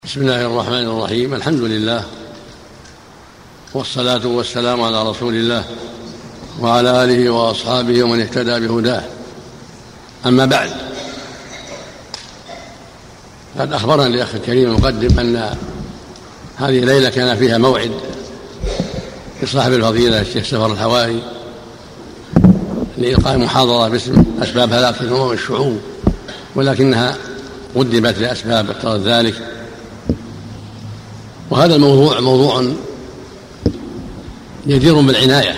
بسم الله الرحمن الرحيم. الحمد لله والصلاة والسلام على رسول الله وعلى آله وأصحابه ومن اهتدى بهداه. أما بعد، قد أخبرنا الأخ الكريم المقدم أن هذه الليلة كان فيها موعد لصاحب الفضيلة الشيخ سفر الحوائي لإلقاء محاضرة باسم أسباب هلاك الأمم والشعوب، ولكنها قدمت لأسباب اقتضت ذلك. وهذا الموضوع موضوع جدير بالعناية،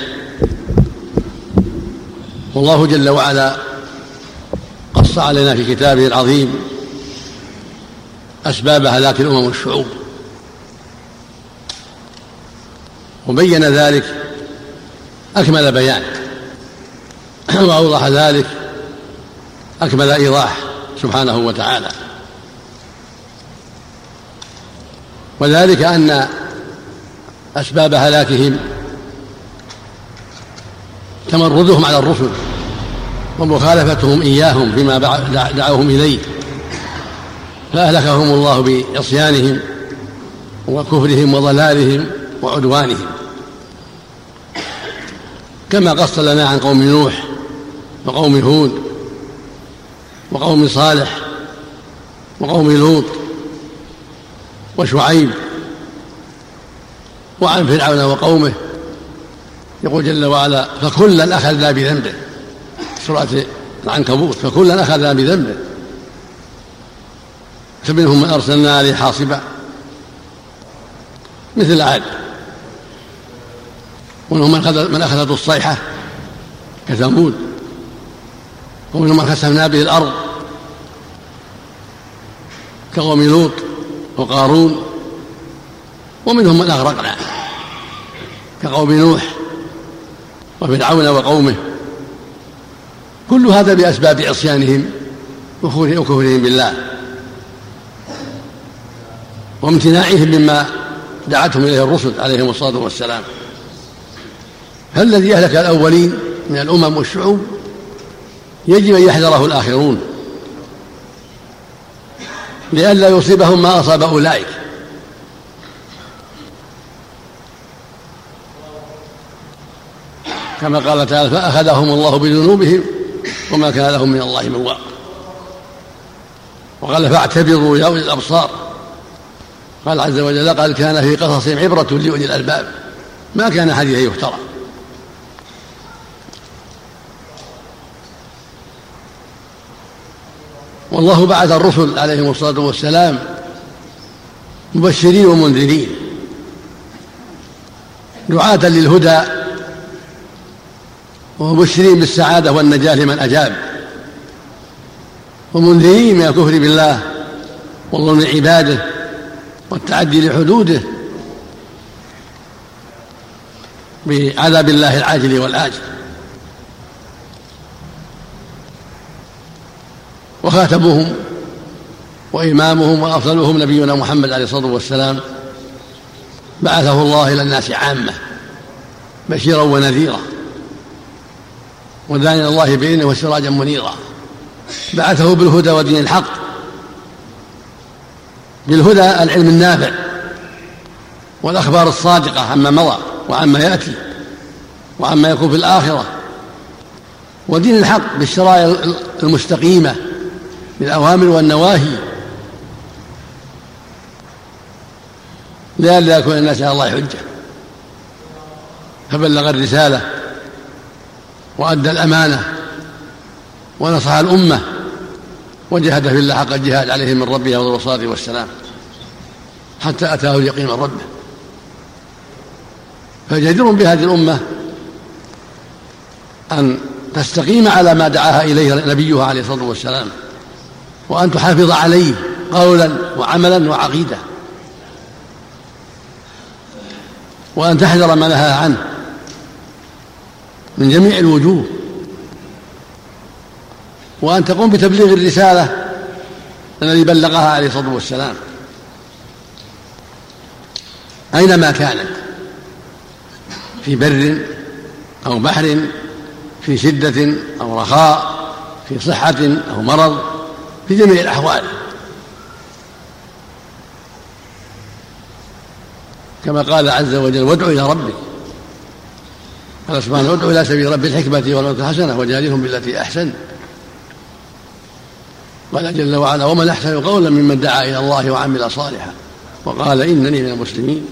والله جل وعلا قص علينا في كتابه العظيم أسباب هلاك الأمم والشعوب، وبين ذلك أكمل بيان وأوضح ذلك أكمل إيضاح سبحانه وتعالى. وذلك أن أسباب هلاكهم تمردهم على الرسل ومخالفتهم إياهم فيما دعوهم إليه، فأهلكهم الله بعصيانهم وكفرهم وضلالهم وعدوانهم، كما قص لنا عن قوم نوح وقوم هود وقوم صالح وقوم لوط وشعيب، وعن فرعون وقومه. يقول جل وعلا: فكلا أخذنا بذنبه، سورة العنكبوت، فكلا أخذنا بذنبه، فمنهم من أرسلنا عليه حاصبا مثل عاد، ومنهم من أخذته الصيحة كثمود، ومنهم من خسفنا به الأرض كقوم لوط وقارون، ومنهم من أغرقنا كقوم نوح وفرعون وقومه. كل هذا بأسباب عصيانهم وكفرهم بالله وامتناعهم مما دعتهم إليه الرسل عليهم الصلاة والسلام. فالذي أهلك الأولين من الأمم والشعوب يجب أن يحذره الآخرون لئلا يصيبهم ما أصاب أولئك. كما قال تعالى: فأخذهم الله بذنوبهم وما كان لهم من الله من واق. وقال: فاعتبروا يا أولي الأبصار. قال عز وجل: قال كان في قصصهم عبرة لأولي الألباب ما كان حديثا يفترى. والله بعث الرسل عليهم الصلاة والسلام مبشرين ومنذرين، دعاة للهدى ومبشرين بالسعادة والنجاة لمن أجاب، ومنذرين من الكفر بالله وظلم عباده والتعدي لحدوده بعذاب الله العاجل والآجل. وخاتمهم وإمامهم وأفضلهم نبينا محمد عليه الصلاة والسلام، بعثه الله إلى الناس عامة بشيرا ونذيرا وداعيا الله بإذنه وسراجا منيرا. بعثه بالهدى ودين الحق، بالهدى العلم النافع والأخبار الصادقة عما مضى وعما يأتي وعما يكون في الآخرة، ودين الحق بالشرائع المستقيمة بالأوامر والنواهي، لئلا يكون الناس على الله حجة. فبلغ الرسالة وأدى الأمانة ونصح الأمة وجاهد في الله حق الجهاد عليه من ربه أفضل الصلاة والسلام حتى أتاه اليقين من ربه. فجدير بهذه الأمة أن تستقيم على ما دعاها إليه نبيها عليه الصلاة والسلام، وأن تحافظ عليه قولا وعملا وعقيدة، وأن تحذر ما نهى عنه من جميع الوجوه، وأن تقوم بتبليغ الرسالة الذي بلغها عليه الصلاة والسلام أينما كانت، في بر أو بحر، في شدة أو رخاء، في صحة أو مرض، في جميع الأحوال. كما قال عز وجل وادع إلى ربك. قال سبحانه ادع إلى سبيل ربك بالحكمة والموعظة الحسنة وجادلهم بالتي أحسن. قال جل وعلا ومن أحسن قولا ممن دعا إلى الله وعمل صالحا وقال إنني من المسلمين.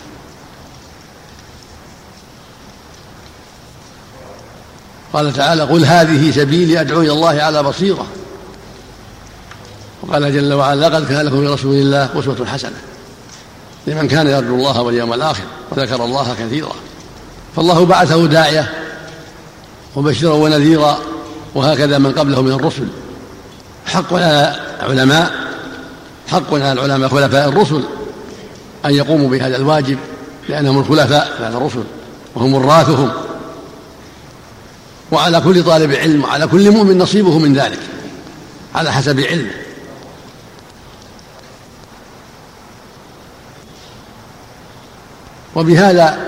قال تعالى قل هذه سبيلي أدعو إلى الله على بصيرة. وقال جل وعلا لقد كان لكم في رسول الله أسوة حسنة لمن كان يرجو الله واليوم الآخر وذكر الله كثيرا. فالله بعثه داعية وبشرا ونذيرا، وهكذا من قبله من الرسل. حق على العلماء خلفاء الرسل أن يقوموا بهذا الواجب، لأنهم الخلفاء بعد الرسل وهم وراثهم، وعلى كل طالب علم وعلى كل مؤمن نصيبه من ذلك على حسب علمه. وبهذا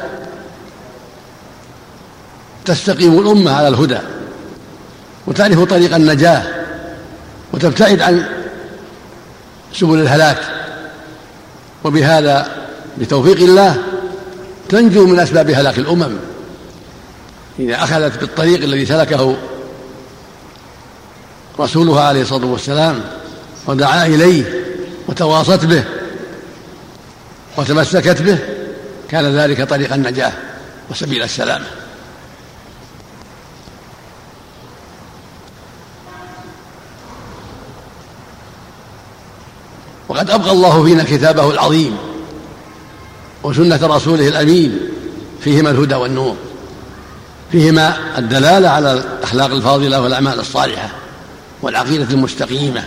تستقيم الأمة على الهدى وتعرف طريق النجاة وتبتعد عن سبل الهلاك. وبهذا بتوفيق الله تنجو من أسباب هلاك الأمم إذا أخذت بالطريق الذي سلكه رسولها عليه الصلاة والسلام ودعا إليه وتواصت به وتمسكت به، كان ذلك طريق النجاة وسبيل السلامة. وقد أبقى الله فينا كتابه العظيم وسنة رسوله الأمين، فيهما الهدى والنور، فيهما الدلالة على الأخلاق الفاضلة والأعمال الصالحة والعقيدة المستقيمة،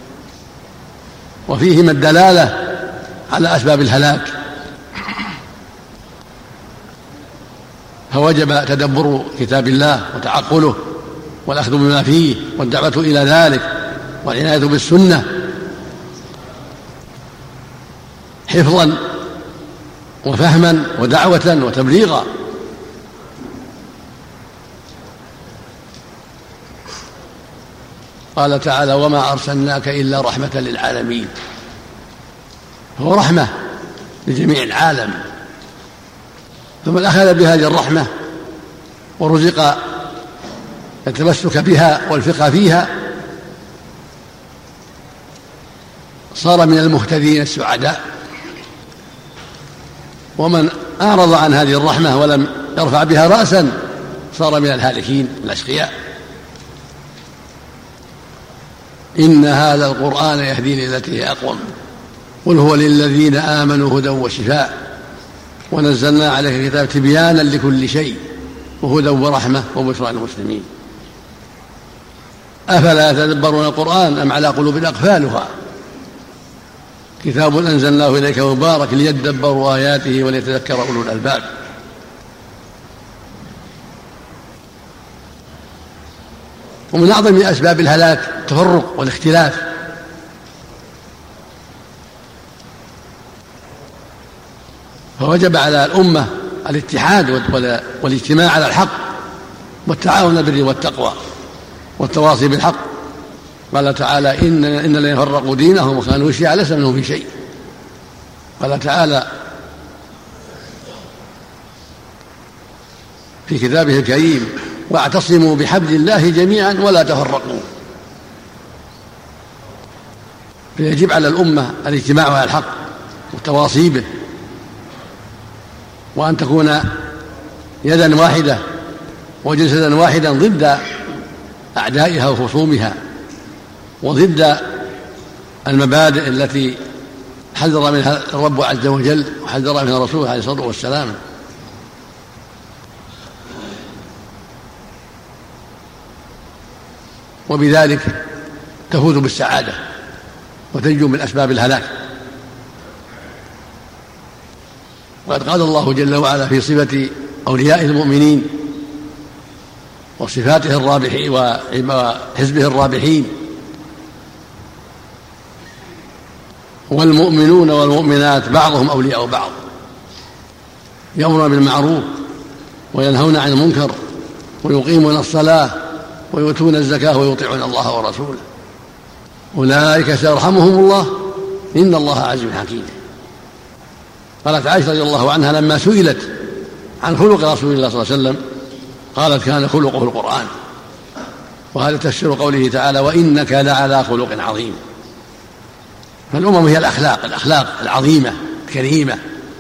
وفيهما الدلالة على أسباب الهلاك. فوجب تدبر كتاب الله وتعقله والأخذ بما فيه والدعوة إلى ذلك والعناية بالسنة حفظا وفهما ودعوة وتبليغا. قال تعالى وما أرسلناك إلا رحمة للعالمين، هو رحمة لجميع العالم. فمن أخذ بهذه الرحمة ورزق التمسك بها والفقه فيها صار من المهتدين السعداء، ومن أعرض عن هذه الرحمة ولم يرفع بها رأسا صار من الهالكين الأشقياء. إن هذا القرآن يهدي للتي هي أقوم قل هو للذين آمنوا هدى وشفاء ونزلنا عليك الكتاب تبيانا لكل شيء وهدى ورحمة وبشرى للمسلمين. أفلا يتدبرون القرآن أم على قلوب أقفالها كتاب أنزلناه إليك مبارك ليدبروا آياته وليتذكر أولو الألباب. ومن أعظم أسباب الهلاك التفرق والاختلاف، فوجب على الأمة الاتحاد والاجتماع على الحق والتعاون بالبر والتقوى والتواصي بالحق. قال تعالى إن الذين فرقوا دينهم وكانوا شيعا ليس منهم في شيء. قال تعالى في كتابه الكريم واعتصموا بحبل الله جميعا ولا تفرقوا. فيجب على الأمة الاجتماع على الحق والتواصي به، وأن تكون يدا واحدة وجسدا واحدا ضد أعدائها وخصومها وضد المبادئ التي حذر منها الرب عز وجل وحذر منها رسوله عليه الصلاة والسلام. وبذلك تفوز بالسعادة وتنجو من أسباب الهلاك. وقد قال الله جل وعلا في صفة أولياء المؤمنين وصفاته الرابحين وحزبه الرابحين والمؤمنون والمؤمنات بعضهم أولياء بعض يأمرون بالمعروف وينهون عن المنكر ويقيمون الصلاة ويؤتون الزكاة ويطيعون الله ورسوله أولئك سيرحمهم الله إن الله عزيز حكيم. قالت عائشة رضي الله عنها لما سئلت عن خلق رسول الله صلى الله عليه وسلم قالت كان خلقه القرآن، وهذا تفسير قوله تعالى وإنك لعلى خلق عظيم. فالأمم هي الأخلاق العظيمة الكريمة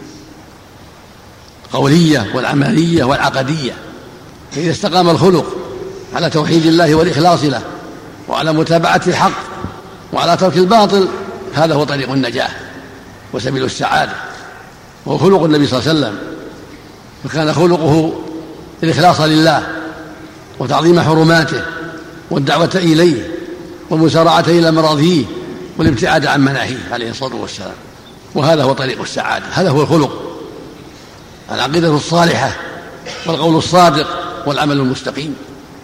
القولية والعملية والعقدية. فإذا استقام الخلق على توحيد الله والإخلاص له وعلى متابعة الحق وعلى ترك الباطل، هذا هو طريق النجاة وسبيل السعادة، وهو خلق النبي صلى الله عليه وسلم. فكان خلقه الإخلاص لله وتعظيم حرماته والدعوة إليه والمسارعة إلى مراضيه والابتعاد عن مناهيه عليه الصلاة والسلام، وهذا هو طريق السعادة. هذا هو الخلق، العقيدة الصالحة والقول الصادق والعمل المستقيم.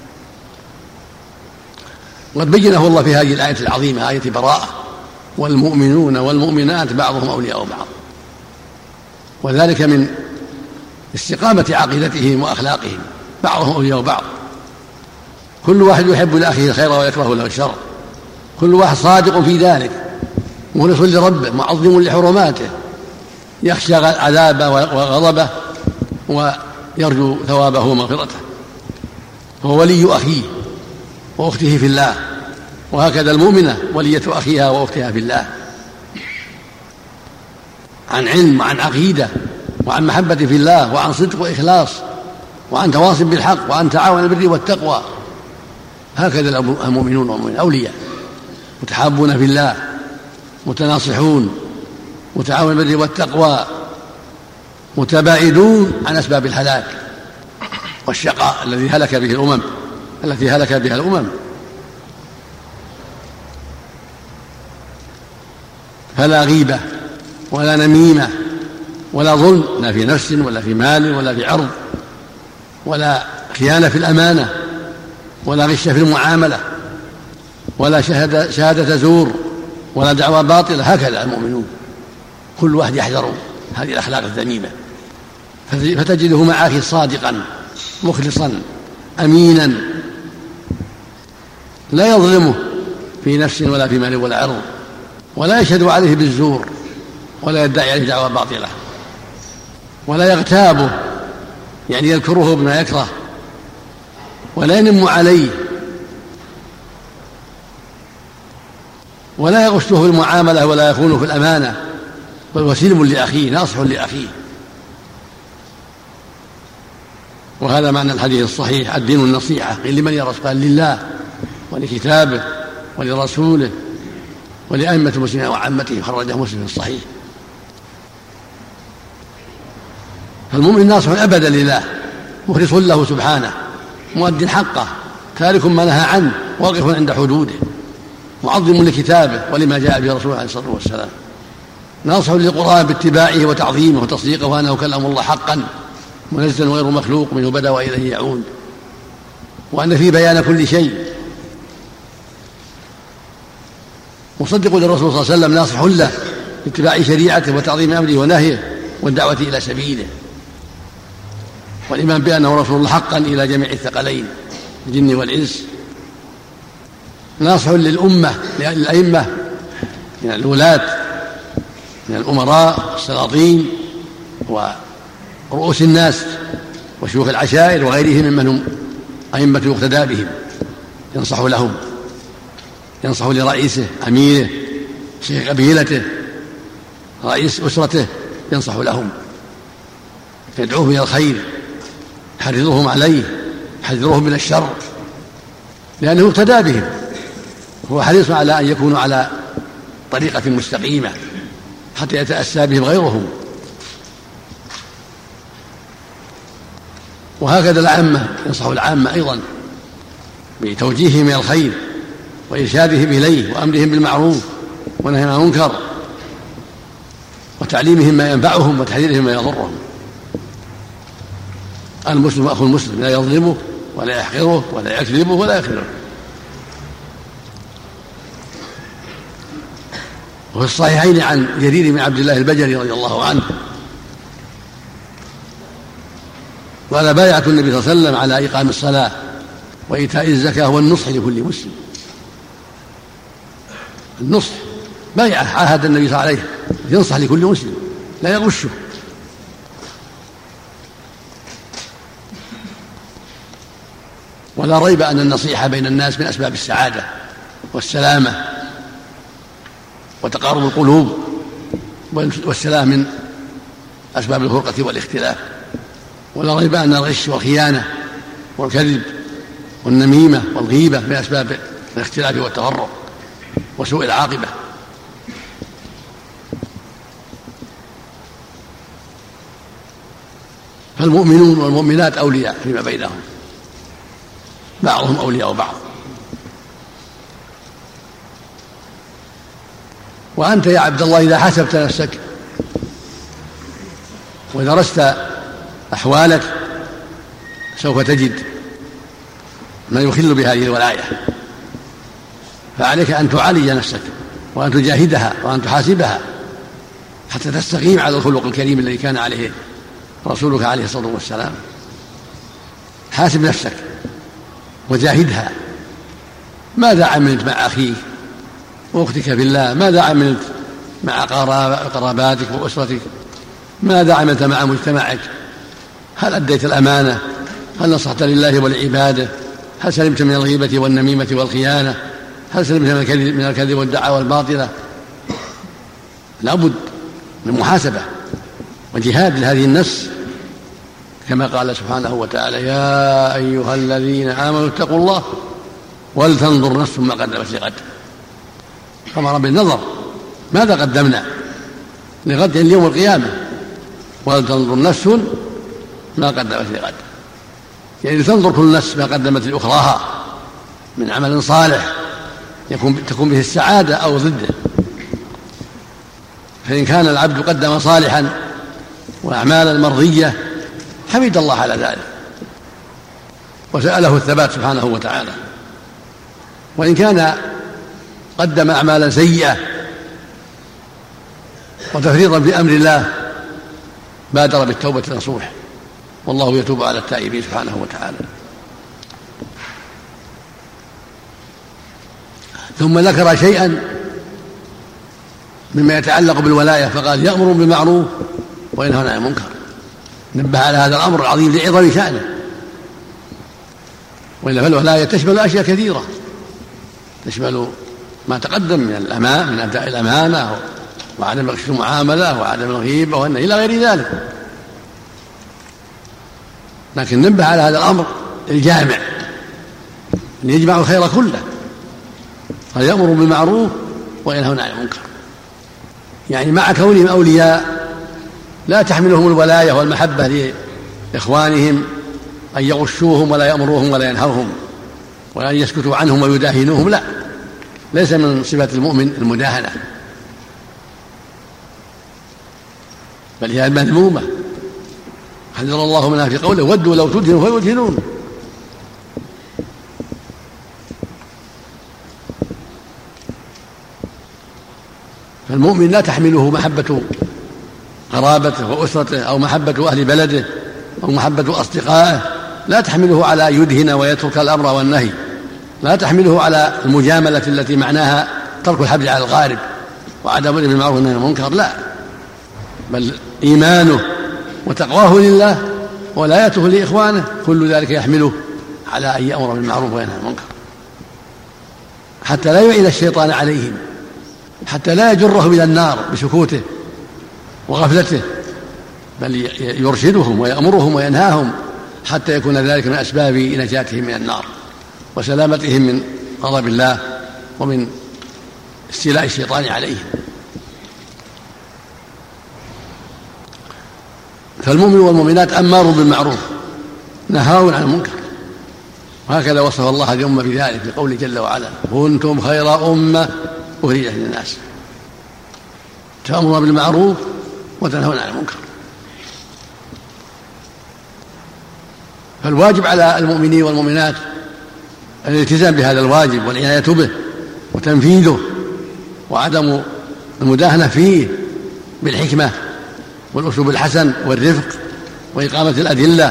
وقد بينه الله في هذه الآية العظيمة، آية براءة، والمؤمنون والمؤمنات بعضهم أولياء بعض، وذلك من استقامة عقيدتهم وأخلاقهم، بعضهم أولياء بعض، كل واحد يحب لأخيه الخير ويكره له الشر، كل واحد صادق في ذلك مخلص لربه معظم لحرماته، يخشى عذابه وغضبه ويرجو ثوابه ومغفرته، هو ولي أخيه وأخته في الله، وهكذا المؤمنة ولية أخيها وأختها في الله، عن علم وعن عقيدة وعن محبة في الله وعن صدق وإخلاص وعن تواصي بالحق وعن تعاون البر والتقوى. هكذا المؤمنون والمؤمنات أولياء متحابون في الله متناصحون متعاون البر والتقوى متباعدون عن أسباب الهلاك والشقاء التي هلك بها الأمم. فلا غيبة ولا نميمة ولا ظلم، لا في نفس ولا في مال ولا في عرض، ولا خيانة في الأمانة، ولا غش في المعاملة، ولا شهادة زور، ولا دعوى باطلة. هكذا المؤمنون كل واحد يحذر هذه الأخلاق الذميمة، فتجده مع أخيه صادقا مخلصا أمينا لا يظلمه في نفس ولا في مال ولا عرض، ولا يشهد عليه بالزور، ولا يدعي عليه دعوى باطلة، ولا يغتابه يعني يذكره بما يكره، ولا ينم عليه، ولا يغشه في المعاملة، ولا يخونه في الأمانة، بل وسيم لأخيه ناصح لأخيه. وهذا معنى الحديث الصحيح الدين النصيحة. قيل لمن يا رسول؟ قال لله ولكتابه ولرسوله ولأئمة المسلمين وعامته، خرجه مسلم في الصحيح. فالمؤمن ناصح أبدا لله مخلص له سبحانه مؤد حقه تارك ما نهى عنه واقف عند حدوده معظم لكتابه ولما جاء به رسوله عليه الصلاة والسلام، ناصح للقرآن باتباعه وتعظيمه وتصديقه وأنه كلام الله حقا منزل غير مخلوق منه بدأ وإليه يعود، وأن فيه بيان كل شيء، مصدق للرسول صلى الله عليه وسلم ناصح له باتباع شريعته وتعظيم أمره ونهيه والدعوة إلى سبيله، والإيمان بأنه رسول الله حقا إلى جميع الثقلين الجن والإنس. ناصح للأمة للأئمة من الولاة من الأمراء السلاطين ورؤوس الناس وشيوخ العشائر وغيرهم ممن هم أئمة يقتدى بهم، ينصح لهم، ينصح لرئيسه أميره شيخ قبيلته رئيس أسرته، ينصح لهم يدعوهم إلى الخير يحرضهم عليه يحذرهم من الشر، لأنه يقتدى بهم، هو حريص على أن يكونوا على طريقة مستقيمة حتى يتأسى بهم غيرهم. وهكذا العامة ينصح العامة أيضا بتوجيههم إلى الخير وإرشادهم إليه وأمرهم بالمعروف ونهيهم عن المنكر وتعليمهم ما ينفعهم وتحذيرهم ما يضرهم. المسلم أخو المسلم لا يظلمه ولا يحقره ولا يكذبه ولا يخذله. وفي الصحيحين عن جرير بن عبد الله البجلي رضي الله عنه قال بايعت النبي صلى الله عليه وسلم على إقام الصلاة وإيتاء الزكاة والنصح لكل مسلم. النصح بايعة عاهد النبي صلى الله عليه وسلم ينصح لكل مسلم لا يغشه ولا ريب أن النصيحة بين الناس من أسباب السعادة والسلامة وتقارب القلوب، والسلام من أسباب الفرقة والاختلاف. ولا ريب أن الغش والخيانة والكذب والنميمة والغيبة من أسباب الاختلاف والتفرق وسوء العاقبة. فالمؤمنون والمؤمنات أولياء فيما بينهم، بعضهم أولياء بعض. وأنت يا عبد الله إذا حسبت نفسك ودرست أحوالك سوف تجد ما يخل بهذه الولاية، فعليك أن تعالج نفسك وأن تجاهدها وأن تحاسبها حتى تستقيم على الخلق الكريم الذي كان عليه رسولك عليه الصلاة والسلام. حاسب نفسك وجاهدها. ماذا عملت مع أخيك وأختك في الله؟ ماذا عملت مع قراباتك وأسرتك؟ ماذا عملت مع مجتمعك؟ هل أديت الأمانة؟ هل نصحت لله ولعباده؟ هل سلمت من الغيبة والنميمة والخيانة؟ هل سلمت من الكذب والدعوى الباطلة؟ لابد من محاسبة وجهاد لهذه النفس، كما قال سبحانه وتعالى: يا أيها الذين آمنوا اتقوا الله ولتنظر نفس ما قدمت لغد. أمر بالنظر، ماذا قدمنا لغد يوم القيامة؟ ولتنظر نفس ما قدمت لغد، يعني تنظر كل نفس ما قدمت لأخراها من عمل صالح تكون به السعادة أو ضده. فإن كان العبد قدم صالحا وأعمالا مرضية حمد الله على ذلك وسأله الثبات سبحانه وتعالى، وإن كان قدم أعمالا سيئة وتفريطا في أمر الله بادر بالتوبة النصوح، والله يتوب على التائبين سبحانه وتعالى. ثم ذكر شيئا مما يتعلق بالولاية فقال: يأمر بالمعروف وينهى عن المنكر. نبه على هذا الأمر العظيم لعظم شأنه، وإلا فالولاية تشمل أشياء كثيرة، تشمل ما تقدم من أداء الأمانة وعدم غش المعاملة وعدم الغيبة والنهي إلى غير ذلك، لكن نبه على هذا الأمر الجامع أن يجمع الخير كله، فيأمر بالمعروف وينهون عن المنكر. يعني مع كونهم أولياء لا تحملهم الولاية والمحبة لإخوانهم أن يغشوهم ولا يأمروهم ولا ينهوهم ولا أن يسكتوا عنهم ويداهنوهم، لا، ليس من صفة المؤمن المداهنة، بل هي المذمومة حذر الله منها في قوله: ودوا لو تدهنوا فيدهنون. فالمؤمن لا تحمله محبة قرابته وأسرته أو محبة أهل بلده أو محبة أصدقائه، لا تحمله على يدهن ويترك الأمر والنهي، لا تحمله على المجاملة التي معناها ترك الحبل على الغارب وعدم الأمر بالمعروف والنهي عن المنكر، لا، بل إيمانه وتقواه لله ولايته لإخوانه كل ذلك يحمله على أن يأمر بالمعروف وينهى عن المنكر، حتى لا يعين الشيطان عليهم، حتى لا يجره إلى النار بسكوته وغفلته، بل يرشدهم ويأمرهم وينهاهم حتى يكون ذلك من أسباب نجاتهم من النار وسلامتهم من غضب الله ومن استيلاء الشيطان عليهم. فالمؤمن والمؤمنات أمار بالمعروف نهاون عن المنكر، وهكذا وصف الله الأمة بذلك في قوله جل وعلا: كنتم خير أمة أخرجت للناس تأمرون بالمعروف وتنهون عن المنكر. فالواجب على المؤمنين والمؤمنات الالتزام بهذا الواجب والعناية به وتنفيذه وعدم المداهنة فيه بالحكمة والأسلوب الحسن والرفق وإقامة الأدلة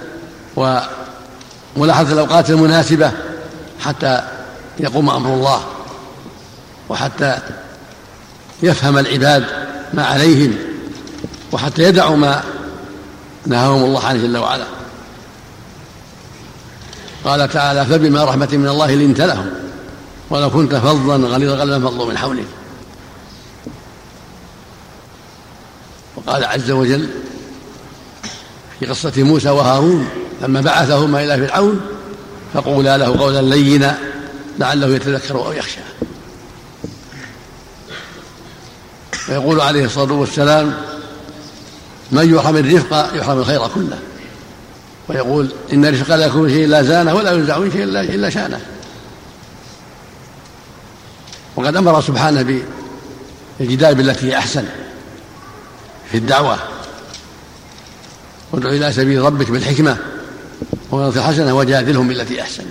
وملاحظة الأوقات المناسبة حتى يقوم أمر الله وحتى يفهم العباد ما عليهم وحتى يدعوا ما نهاهم الله عنه جل وعلا. قال تعالى: فبما رحمة من الله لنت لهم ولو كنت فظا غليظ القلب لانفضوا من حولك. وقال عز وجل في قصة موسى وهارون لما بعثهما إلى فرعون: فقولا له قولا لينا لعله يتذكر أو يخشى. ويقول عليه الصلاة والسلام: من يحرم الرفق يحرم الخير كله. ويقول: إن الرفق لا يكون شيء إلا زانه ولا ينزع من شيء إلا شانه. وقد أمر سبحانه بالجدال بالتي هي أحسن في الدعوة: وادع إلى سبيل ربك بالحكمة وموعظة حسنة وجادلهم بالتي أحسن.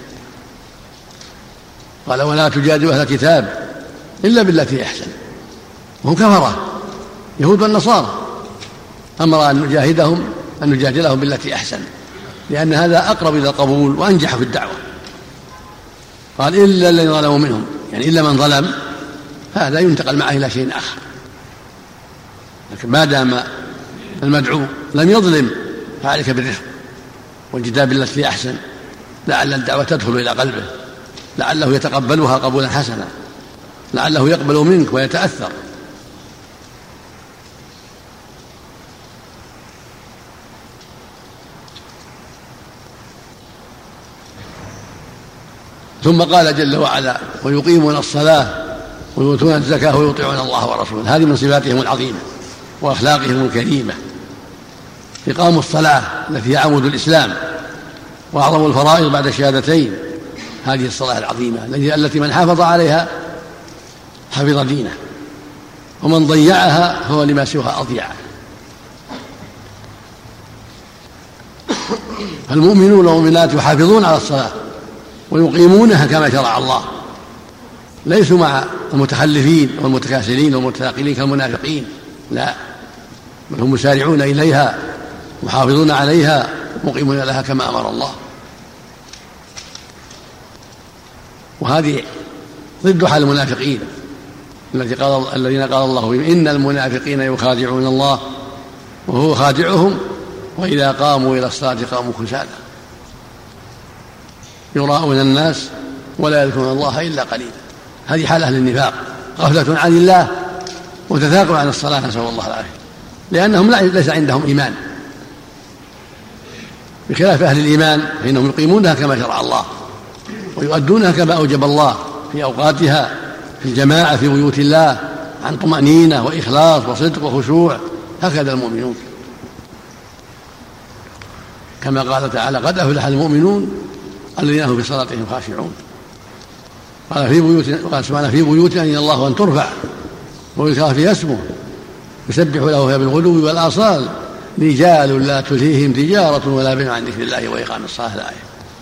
قال: ولا تجادلوا أهل الكتاب إلا بالتي أحسن. وهم كفرة يهود والنصارى، أمر أن نجادلهم بالتي أحسن، لأن هذا أقرب إلى القبول وأنجح في الدعوة. قال: إلا الذين ظلموا منهم، يعني إلا من ظلم هذا ينتقل معه إلى شيء آخر. لكن ما دام المدعو لم يظلم فعليك بالرفق والجدال بالتي أحسن، لعل الدعوة تدخل إلى قلبه، لعله يتقبلها قبولا حسنا، لعله يقبل منك ويتأثر. ثم قال جل وعلا: ويقيمون الصلاة ويؤتون الزكاة ويطيعون الله ورسوله. هذه من صفاتهم العظيمة وأخلاقهم الكريمة. إقام الصلاة التي هي عمود الإسلام وأعظم الفرائض بعد الشهادتين، هذه الصلاة العظيمة التي من حافظ عليها حفظ دينه، ومن ضيعها فهو لما سواها أضيع. المؤمنون والمؤمنات يحافظون على الصلاة ويقيمونها كما شرع الله، ليسوا مع المتخلفين والمتكاسلين والمتثاقلين كالمنافقين، لا، بل هم مسارعون إليها محافظون عليها مقيمون لها كما أمر الله. وهذه ضد حال المنافقين الذين قال الله فيهم: إن المنافقين يخادعون الله وهو خادعهم وإذا قاموا إلى الصلاة قاموا كسالى يراءون الناس ولا يذكرون الله إلا قليلا. هذه حال أهل النفاق، غفلة عن الله وتثاقل عن الصلاة، نسأل الله العافية، لأنهم ليس عندهم إيمان، بخلاف أهل الإيمان فإنهم يقيمونها كما شرع الله ويؤدونها كما أوجب الله في أوقاتها في الجماعة في بيوت الله عن طمأنينة وإخلاص وصدق وخشوع. هكذا المؤمنون، كما قال تعالى: قد أفلح المؤمنون الذين هم في صلاتهم خاشعون. قال سبحانه: في بيوت أذن الله أن ترفع ويذكر فيها اسمه يسبح له فيها بالغدو والآصال رجال لا تلهيهم تجارة ولا بيع عن ذكر الله وإقام الصلاة. الآية.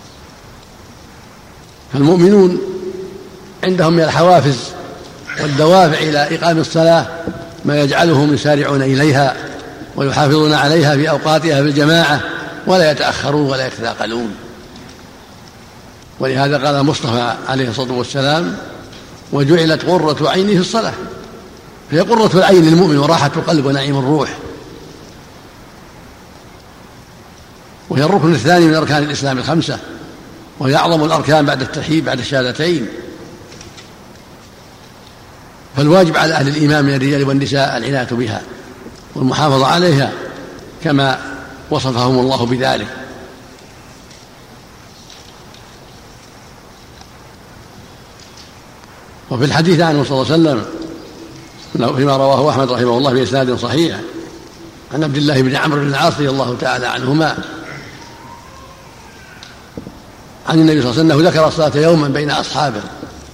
فالمؤمنون عندهم من الحوافز والدوافع إلى إقام الصلاة ما يجعلهم يسارعون إليها ويحافظون عليها في أوقاتها في الجماعة ولا يتأخرون ولا يتثاقلون. ولهذا قال المصطفى عليه الصلاة والسلام: وجعلت قرة عيني في الصلاة. فهي قرة العين للمؤمن وراحة القلب ونعيم الروح، وهي الركن الثاني من أركان الإسلام الخمسة، وهي أعظم الأركان بعد التوحيد بعد الشهادتين. فالواجب على أهل الإيمان من الرجال والنساء العناية بها والمحافظة عليها كما وصفهم الله بذلك. وفي الحديث عنه صلى الله عليه وسلم فيما رواه أحمد رحمه الله بإسناد صحيح عن عبد الله بن عمرو بن العاص رضي الله تعالى عنهما عن النبي صلى الله عليه وسلم ذكر الصلاة يوما بين أصحابه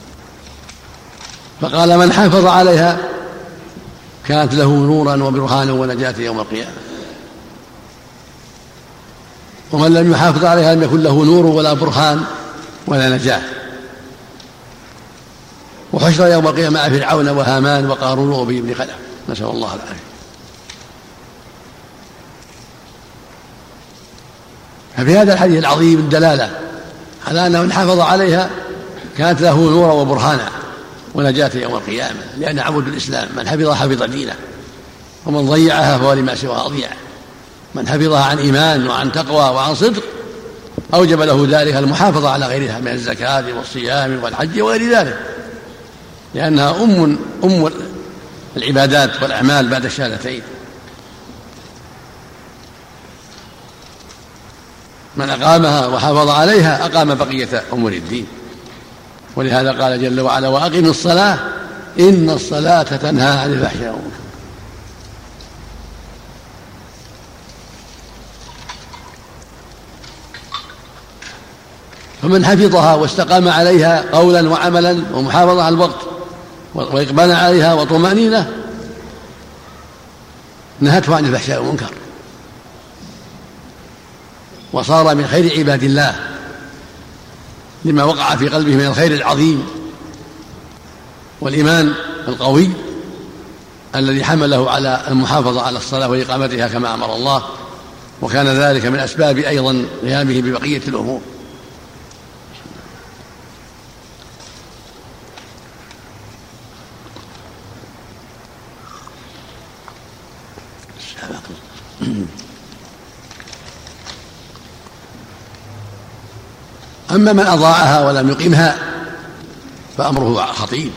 فقال: من حافظ عليها كانت له نورا وبرهانا ونجاة يوم القيامة، ومن لم يحافظ عليها لم يكن له نور ولا برهان ولا نجاة. وحشر يوم القيامة مع فرعون وهامان وقارون وأبي بن خلف، نسأل الله العافية. ففي هذا الحديث العظيم الدلالة على أنه من حافظ عليها كانت له نورا وبرهانا ونجاة يوم القيامة، لأن عمود الإسلام من حفظها حفظ دينه، ومن ضيعها فهو لما سواها أضيع. من حفظها عن إيمان وعن تقوى وعن صدق أوجب له ذلك المحافظة على غيرها من الزكاة والصيام والحج وغير ذلك، لأنها أم العبادات والأعمال بعد الشهادتين. من أقامها وحافظ عليها أقام بقية أمور الدين. ولهذا قال جل وعلا: وأقم الصلاة إن الصلاة تنهى عن الفحشاء والمنكر. فمن حفظها واستقام عليها قولا وعملا ومحافظة على الوقت وإقبالا عليها وطمأنينة نهته عن الفحشاء والمنكر، وصار من خير عباد الله لما وقع في قلبه من الخير العظيم والإيمان القوي الذي حمله على المحافظة على الصلاة وإقامتها كما أمر الله، وكان ذلك من أسباب أيضا قيامه ببقية الأمور. أما من أضاعها ولم يقيمها فأمره خطير،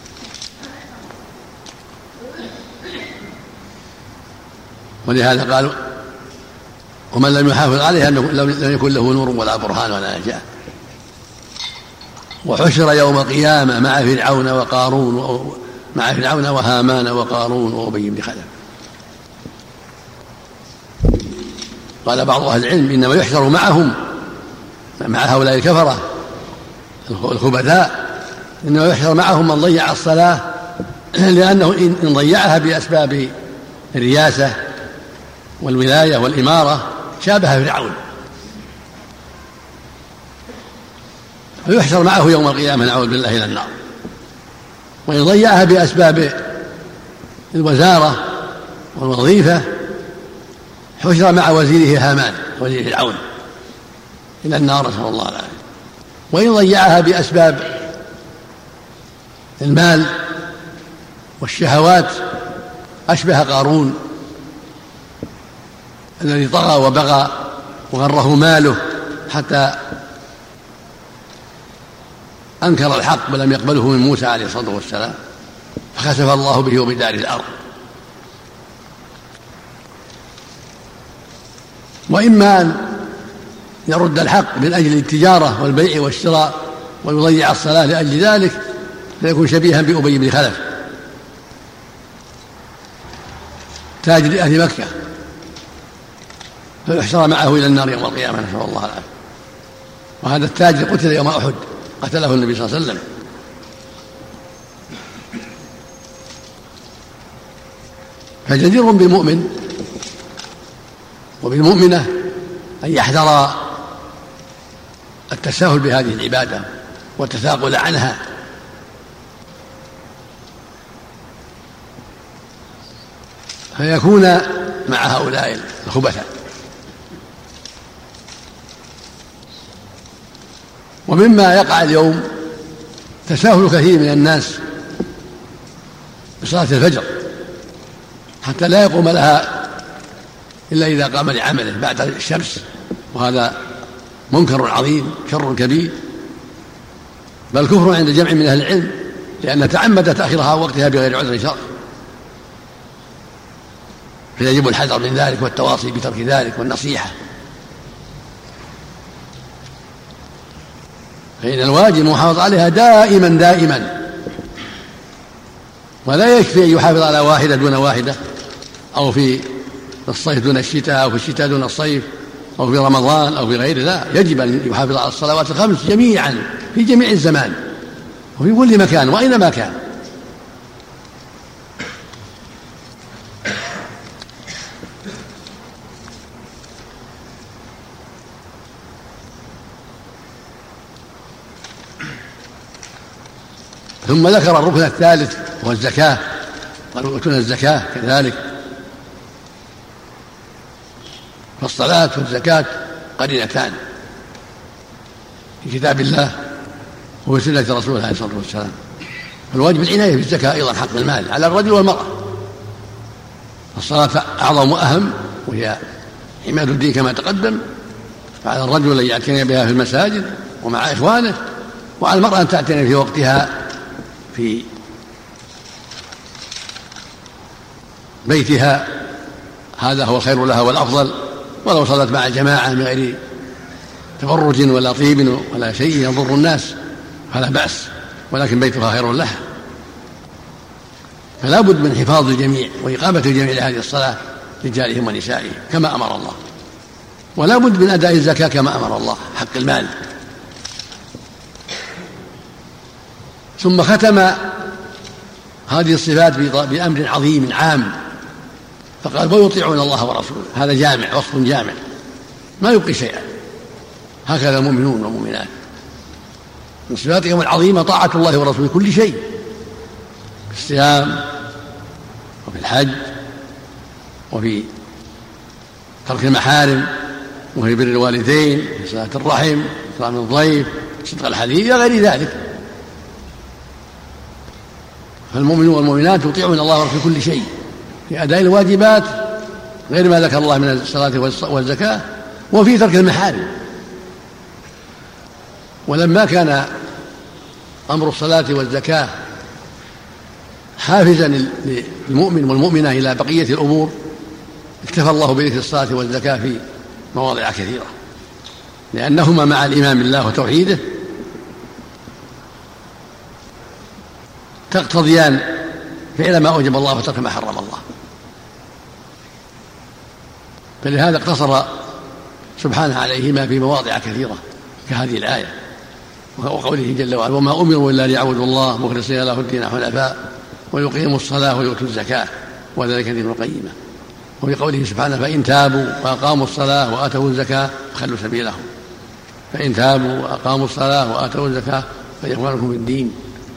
ولهذا قالوا: ومن لم يحافظ عليها لم يكن له نور ولا برهان ولا نجاة. وحشر يوم القيامة مع فرعون وهامان وقارون وأبي بن خلف. قال بعض أهل العلم: إنما يحشر معهم مع هؤلاء الكفرة الخبثاء، إنما يحشر معهم من ضيع الصلاة، لأنه إن ضيعها بأسباب الرياسة والولاية والإمارة شابه فرعون، فيحشر معه يوم القيامة نعوذ بالله إلى النار. وإن ضيعها بأسباب الوزارة والوظيفة حشر مع وزيره هامان وزير فرعون إلى النار، نسأل الله العافية. وإن ضيعها بأسباب المال والشهوات أشبه قارون الذي طغى وبغى وغره ماله حتى أنكر الحق ولم يقبله من موسى عليه الصلاة والسلام، فخسف الله به وبداره الأرض. وإما أن يرد الحق من أجل التجارة والبيع والشراء ويضيع الصلاة لأجل ذلك، فيكون شبيها بأبي بن خلف تاجر أهل مكة، فيحشر معه إلى النار يوم القيامة، نسأل الله العافية. وهذا التاجر قتل يوم أحد، قتله النبي صلى الله عليه وسلم. فجدير بالمؤمن وبالمؤمنة أن يحذر التساهل بهذه العبادة والتثاقل عنها، فيكون مع هؤلاء الخبثاء. ومما يقع اليوم تساهل كثير من الناس بصلاة الفجر حتى لا يقوم لها إلا إذا قام لعمله بعد الشمس، وهذا منكر عظيم، شر كبير، بل كفر عند جمع من أهل العلم، لأن تعمد تأخيرها وقتها بغير عذر شرعي، فيجب الحذر من ذلك والتواصي بترك ذلك والنصيحة. فإن الواجب محافظ عليها دائما، ولا يكفي أن يحافظ على واحدة دون واحدة، أو في الصيف دون الشتاء، أو في الشتاء دون الصيف، أو في رمضان أو في غيره، لا، يجب أن يحافظ على الصلوات الخمس جميعا في جميع الزمان وفي كل مكان وأينما كان. ثم ذكر الركن الثالث وهو الزكاة، وركن الزكاة كذلك. فالصلاة والزكاة قرينتان في كتاب الله وفي سنة رسوله عليه الصلاة والسلام. فالواجب العناية بالزكاة أيضا حق المال على الرجل والمرأة. الصلاة أعظم وأهم، وهي عماد الدين كما تقدم، فعلى الرجل أن يعتني بها في المساجد ومع إخوانه، وعلى المرأة أن تعتني في وقتها في بيتها، هذا هو الخير لها والأفضل. ولو صلت مع الجماعة من غير تبرج ولا طيب ولا شيء يضر الناس فلا بأس، ولكن بيتها خير لها. فلا بد من حفاظ الجميع وإقامة الجميع لهذه الصلاة، رجالهم ونسائهم كما أمر الله، ولا بد من أداء الزكاة كما أمر الله، حق المال. ثم ختم هذه الصفات بأمر عظيم عام، فقال ويطيعون الله ورسوله. هذا جامع، وصف جامع ما يبقي شيئا. هكذا المؤمنون والمؤمنات من صفاتهم العظيمة طاعة الله ورسوله كل شيء، في الصيام وفي الحج وفي ترك المحارم وفي بر الوالدين في صلة الرحم إكرام الضيف صدق الحديث إلى غير ذلك. فالمؤمنون والمؤمنات يطيعون الله ورسوله كل شيء في أداء الواجبات غير ما ذكر الله من الصلاة والزكاة، وفي ترك المحارم. ولما كان أمر الصلاة والزكاة حافزا للمؤمن والمؤمنة إلى بقية الأمور، اكتفى الله بذكر الصلاة والزكاة في مواضع كثيرة، لأنهما مع الإيمان بالله وتوحيده تقتضيان فعل ما أوجب الله وترك ما حرم الله. فلهذا اقتصر سبحانه عليهما في مواضع كثيرة كهذه الآية، وقوله جل وعلا وما أمروا إلا ليعبدوا الله مخلصين له الدين حنفاء ويقيموا الصلاة ويؤتوا الزكاة وذلك دين القيمة. وفي قوله سبحانه فإن تابوا وأقاموا الصلاة وآتوا الزكاة فخلوا سبيلهم، فإن تابوا وأقاموا الصلاة وآتوا الزكاة فإخوانكم في الدين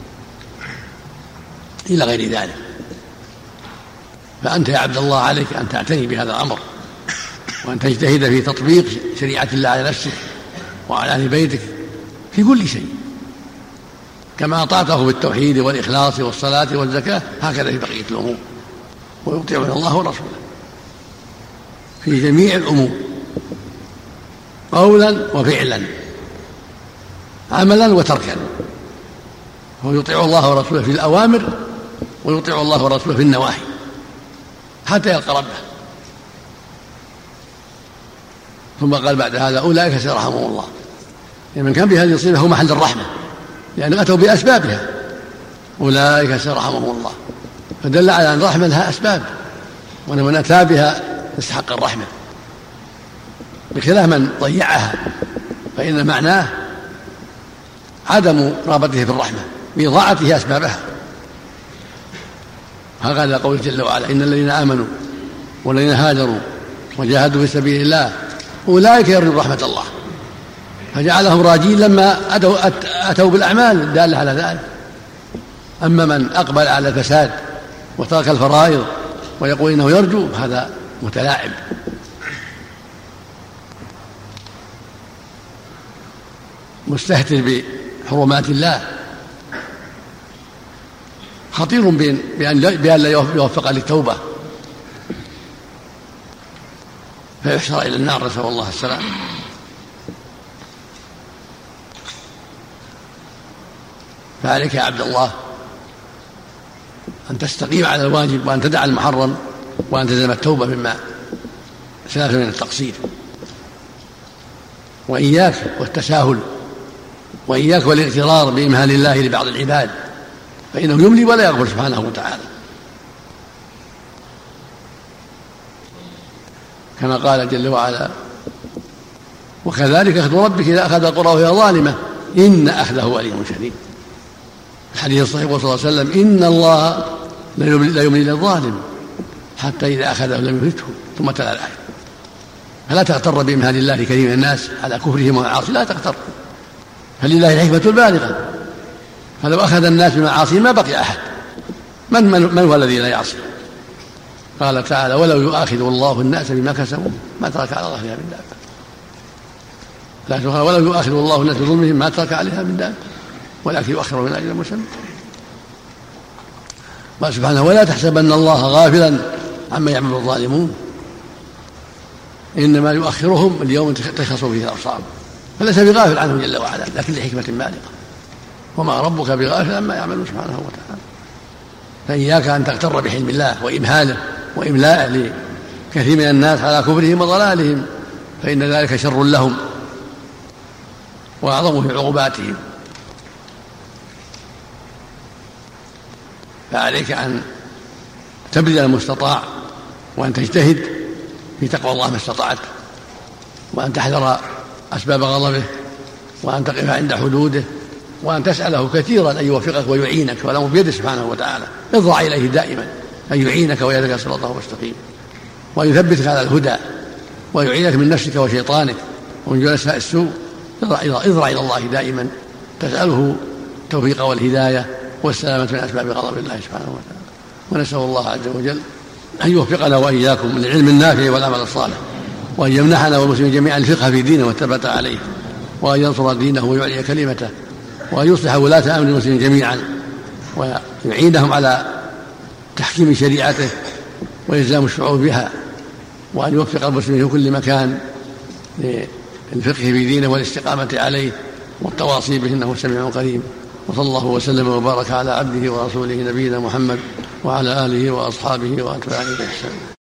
إلى غير ذلك. فأنت يا عبد الله عليك أن تعتني بهذا الأمر، وأن تجتهد في تطبيق شريعة الله على نفسك وعلى أهل بيتك في كل شيء، كما أطعته بالتوحيد والإخلاص والصلاة والزكاة هكذا في بقية الأمور. ويطيعون الله ورسوله في جميع الأمور قولا وفعلا عملا وتركا. ويطيع الله ورسوله في الأوامر ويطيع الله ورسوله في النواهي حتى يلقى ربه. ثم قال بعد هذا أولئك سيرحمهم الله. يعني من كان بهذه الصفة هو محل الرحمة، لأنهم أتوا بأسبابها. أولئك سيرحمهم الله، فدل على أن الرحمة لها أسباب، وأن من أتى بها يستحق الرحمة، بخلاف من ضيعها فإن معناه عدم رغبته في الرحمة بإضاعته أسبابها. هكذا قوله جل وعلا إن الذين آمنوا والذين هاجروا وجاهدوا في سبيل الله أولئك يرجون رحمة الله، فجعلهم راجين لما أتوا بالأعمال الدالة على ذلك. أما من أقبل على الفساد وترك الفرائض ويقول إنه يرجو، هذا متلاعب. مستهتر بحرمات الله، خطير بأن لا يوفق للتوبة فيحشر إلى النار، نسأل الله السلام. فعليك يا عبد الله أن تستقيم على الواجب، وأن تدع المحرم، وأن تلزم التوبة مما سلف من التقصير. وإياك والتساهل، وإياك والاغترار بإمهال الله لبعض العباد، فإنه يملي ولا يغفر سبحانه وتعالى، كما قال جل وعلا وكذلك أخذ ربك إذا أخذ القرى وهي ظالمة إن أخذه أليم شديد. الحديث الصحيح صلى الله عليه وسلم إن الله لا يملي للظالم حتى إذا أخذه لم يفلته، ثم تلا الآية. فلا تغتر بإمهال الله لكريم الناس على كفرهم ومعاصي، لا تغتر، فلله الحكمة البالغة. فلو أخذ الناس بمعاصي ما بقي أحد. من هو الذي لا يعصي؟ قال تعالى ولو يؤاخذ الله الناس بما كسبوا ما ترك على ظهرها من دابة. ولو يؤاخذ الله الناس بظلمهم ما ترك عليها من دابة ولكن يؤخر من أجل مسمى. قال سبحانه ولا تحسبن الله غافلا عما يعمل الظالمون إنما يؤخرهم اليوم تشخص فيه الأبصار، فليس بغافل عنه جل وعلا، لكن لحكمة بالغة، وما ربك بغافل عما يعملون سبحانه وتعالى. فإياك أن تغتر بحلم الله وإمهاله وإملاءه لكثير من الناس على كفرهم وضلالهم، فإن ذلك شر لهم وأعظم في عقوباتهم. فعليك أن تبذل المستطاع وأن تجتهد في تقوى الله ما استطعت، وأن تحذر أسباب غضبه، وأن تقف عند حدوده، وأن تسأله كثيرا أن يوفقك ويعينك، والأمر بيده سبحانه وتعالى. اضرع إليه دائما أن يعينك ويهدك صراطه المستقيم، وأن يثبتك على الهدى، ويعينك من نفسك وشيطانك ومن جلساء السوء. اضرع إلى الله دائما تسأله التوفيق والهداية والسلامة من أسباب غضب الله سبحانه وتعالى. ونسأل الله عز وجل أن يوفقنا وإياكم للعلم النافع والعمل الصالح، وأن يمنحنا والمسلمين جميعا الفقه في دينه والثبات عليه، وأن ينصر دينه ويعلي كلمته، وأن يصلح ولاة أمر المسلمين جميعا ويعينهم على تحكيم شريعته وإلزام الشعوب بها، وأن يوفق المسلمين في كل مكان للفقه في دينه والاستقامة عليه والتواصي به، إنه سميع قريب. وصلى الله وسلم وبارك على عبده ورسوله نبينا محمد وعلى آله وأصحابه وأتباعه بإحسان.